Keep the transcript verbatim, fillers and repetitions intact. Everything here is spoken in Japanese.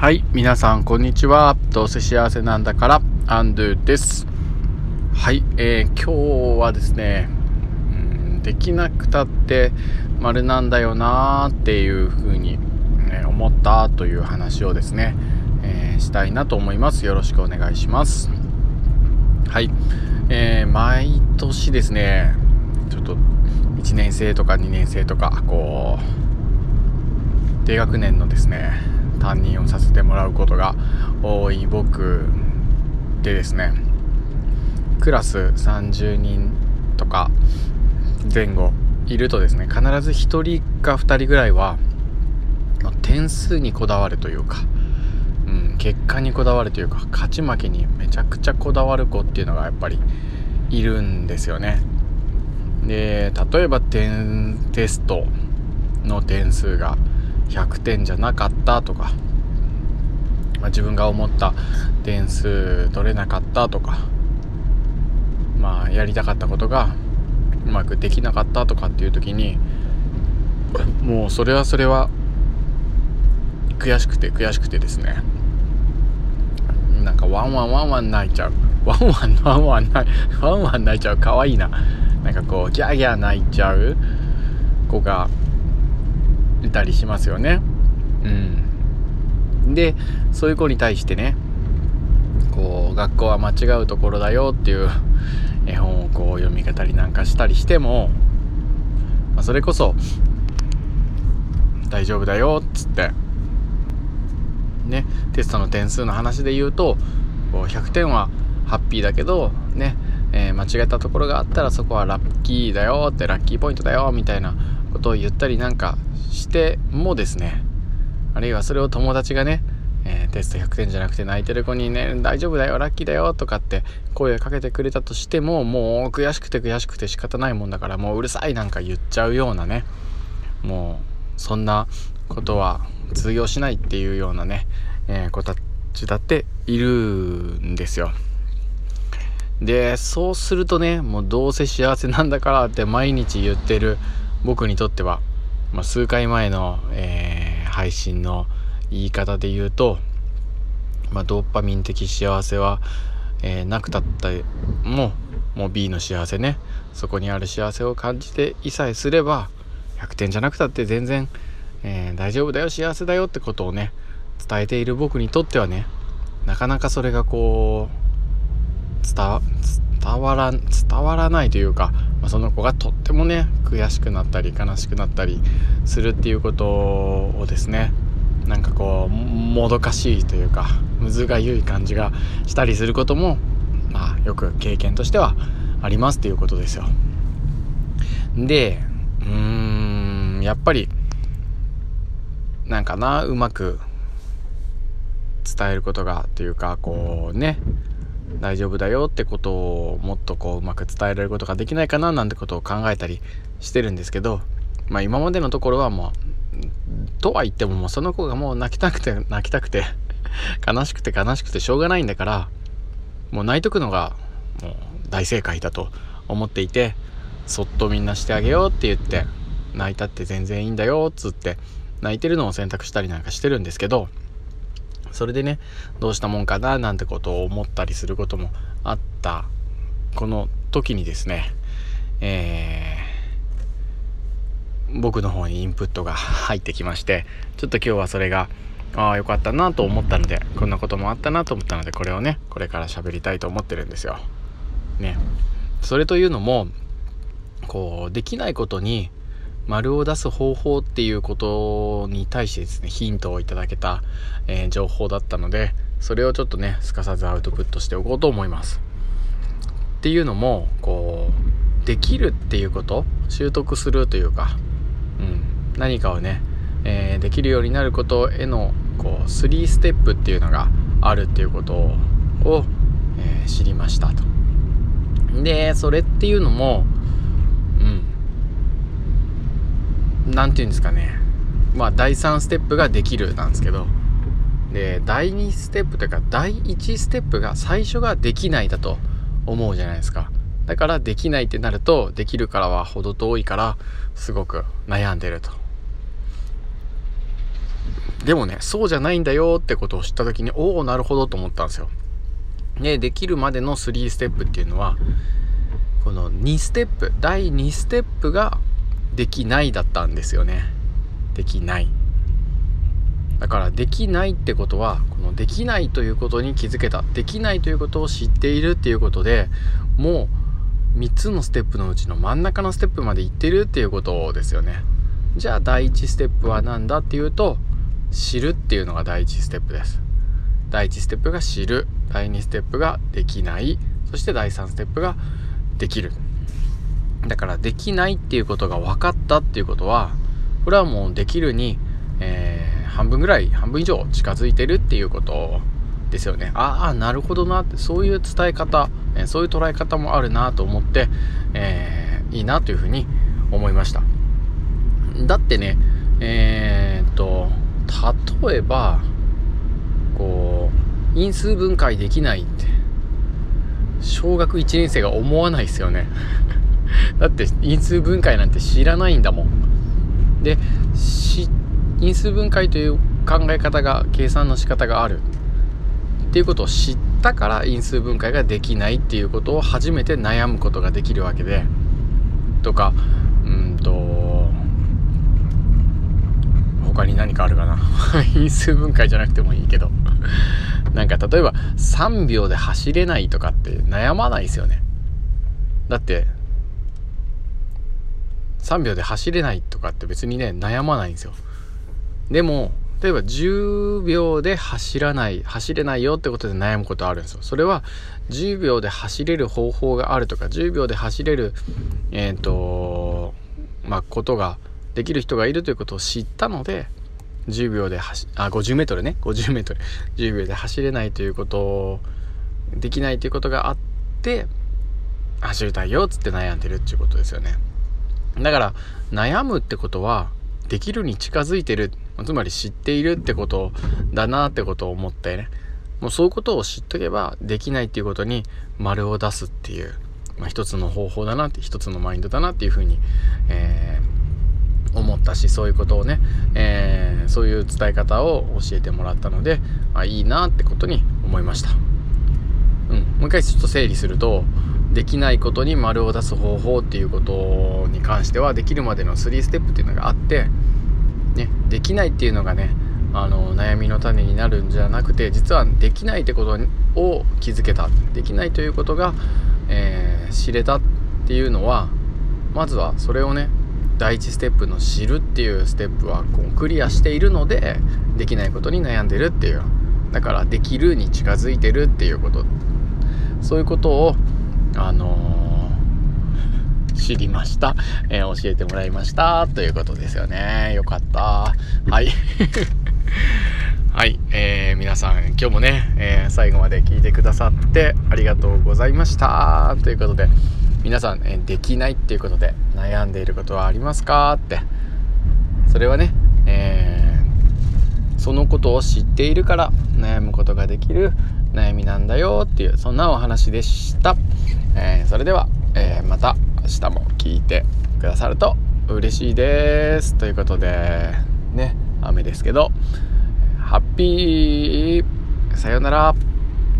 はい、皆さんこんにちは。どうせ幸せなんだからアンドゥです。はい、えー、今日はですね、うん、できなくたって丸なんだよなーっていう風に、ね、思ったという話をですね、えー、したいなと思います。よろしくお願いします。はい、えー、毎年ですね、ちょっといちねん生とかにねん生とかこう低学年のですね担任をさせてもらうことが多い僕でですね、クラスさんじゅうにんとか前後いるとですね、必ずひとりかふたりぐらいは点数にこだわるというか、うん、結果にこだわるというか、勝ち負けにめちゃくちゃこだわる子っていうのがやっぱりいるんですよね。で、例えば点テストの点数がひゃくてんじゃなかったとか、まあ、自分が思った点数取れなかったとか、まあやりたかったことがうまくできなかったとかっていう時に、もうそれはそれは悔しくて悔しくてですね、なんかワンワンワンワン泣いちゃうワンワンワンワン泣いワンワン泣いちゃうかわいいななんかこうギャーギャー泣いちゃう子がいたりしますよね。うんで、そういう子に対してね、こう学校は間違うところだよっていう絵本をこう読み語りなんかしたりしても、まあ、それこそ大丈夫だよっつってね、テストの点数の話で言うと、こうひゃくてんはハッピーだけどね、えー、間違えたところがあったらそこはラッキーだよって、ラッキーポイントだよみたいなことを言ったりなんかしてもですね、あるいはそれを友達がね、えー、テストひゃくてんじゃなくて泣いてる子にね、大丈夫だよラッキーだよとかって声をかけてくれたとしても、もう悔しくて悔しくて仕方ないもんだから、もううるさいなんか言っちゃうようなね、もうそんなことは通用しないっていうようなね、えー、子たちだっているんですよ。で、そうするとね、もうどうせ幸せなんだからって毎日言ってる僕にとっては、まあ、数回前の、えー、配信の言い方で言うと、まあ、ドーパミン的幸せは、えー、なくたったももう B の幸せね、そこにある幸せを感じていさえすればひゃくてんじゃなくたって全然、えー、大丈夫だよ幸せだよってことをね伝えている僕にとってはね、なかなかそれがこう伝わ、伝わら、伝わらないというか、まあ、その子がとってもね悔しくなったり悲しくなったりするっていうことをですね、なんかこうもどかしいというかむずがゆい感じがしたりすることも、まあよく経験としてはありますということですよ。で、うーんやっぱりなんかな、うまく伝えることがというか、こうね、大丈夫だよってことをもっとこううまく伝えられることができないかななんてことを考えたりしてるんですけど、まあ今までのところはもうとは言ってももうその子がもう泣きたくて泣きたくて悲しくて悲しくてしょうがないんだから、もう泣いとくのがもう大正解だと思っていて、そっとみんなしてあげようって言って、泣いたって全然いいんだよっつって泣いてるのを選択したりなんかしてるんですけど、それでねどうしたもんかななんてことを思ったりすることもあったこの時にですね、えー、僕の方にインプットが入ってきまして、ちょっと今日はそれがああよかったなと思ったので、こんなこともあったなと思ったので、これをねこれから喋りたいと思ってるんですよね。それというのも、こうできないことに丸を出す方法っていうことに対してですねヒントをいただけた、えー、情報だったので、それをちょっとねすかさずアウトプットしておこうと思います。っていうのも、こうできるっていうこと、習得するというか、うん、何かをね、えー、できるようになることへのこうスリーステップっていうのがあるっていうことを、えー、知りましたと。でそれっていうのも、うんなんていうんですかね、まあだいさんステップができるなんですけど、でだいにステップというかだいいちステップが最初ができないだと思うじゃないですか。だからできないってなると、できるからは程遠いからすごく悩んでると。 でもね、そうじゃないんだよってことを知った時に、おお、なるほどと思ったんですよ。で、できるまでのスリーステップっていうのは、このにステップ、だいにステップができないだったんですよね。できない。だからできないってことは、このできないということに気づけた、できないということを知っているっていうことで、もうみっつのステップのうちの真ん中のステップまで行ってるっていうことですよね。じゃあだいいちステップは何だっていうと、知るっていうのがだいいちステップです。だいいちステップが知る、だいにステップができない、そしてだいさんステップができる。だからできないっていうことが分かったっていうことは、これはもうできるに、えー、半分ぐらい半分以上近づいてるっていうことですよね。ああ、なるほどなって、そういう伝え方、えー、そういう捉え方もあるなと思って、えー、いいなというふうに思いました。だってね、えー、っと例えばこう因数分解できないって小学いちねん生が思わないですよねだって因数分解なんて知らないんだもん。で、因数分解という考え方が、計算の仕方があるっていうことを知ったから、因数分解ができないっていうことを初めて悩むことができるわけで、とか、うんと他に何かあるかな因数分解じゃなくてもいいけどなんか例えばさんびょうで走れないとかって悩まないですよね。だってさんびょうで走れないとかって別にね悩まないんですよ。でも例えばじゅうびょうで走らない走れないよってことで悩むことあるんですよ。それはじゅうびょうで走れる方法があるとか、じゅうびょうで走れるえっとまあことができる人がいるということを知ったので、じゅうびょうで走あごじゅうメートルねごじゅうメートルじゅうびょうで走れないということをできないということがあって、走りたいよっつって悩んでるっていうことですよね。だから悩むってことはできるに近づいてる、つまり知っているってことだなってことを思ってね、もうそういうことを知っとけばできないっていうことに丸を出すっていう、まあ、一つの方法だなって、一つのマインドだなっていうふうに、えー、思ったし、そういうことをね、えー、そういう伝え方を教えてもらったので、あ、いいなってことに思いました。うん、もう一回ちょっと整理すると、できないことに丸を出す方法っていうことに関しては、できるまでのスリーステップっていうのがあって、ね、できないっていうのがね、あの悩みの種になるんじゃなくて、実はできないってことを気づけた、できないということが、えー、知れたっていうのは、まずはそれをね、第一ステップの知るっていうステップはこうクリアしているので、できないことに悩んでるっていう、だからできるに近づいてるっていうこと、そういうことをあのー、知りました、えー、教えてもらいましたということですよね。よかった。はいはい、えー、皆さん今日もね、えー、最後まで聞いてくださってありがとうございましたということで、皆さん、えー、できないっていうことで悩んでいることはありますかって、それはね、えー、そのことを知っているから悩むことができる悩みなんだよっていう、そんなお話でした。えー、それでは、えー、また明日も聞いてくださると嬉しいですということでね、雨ですけどハッピーさよなら。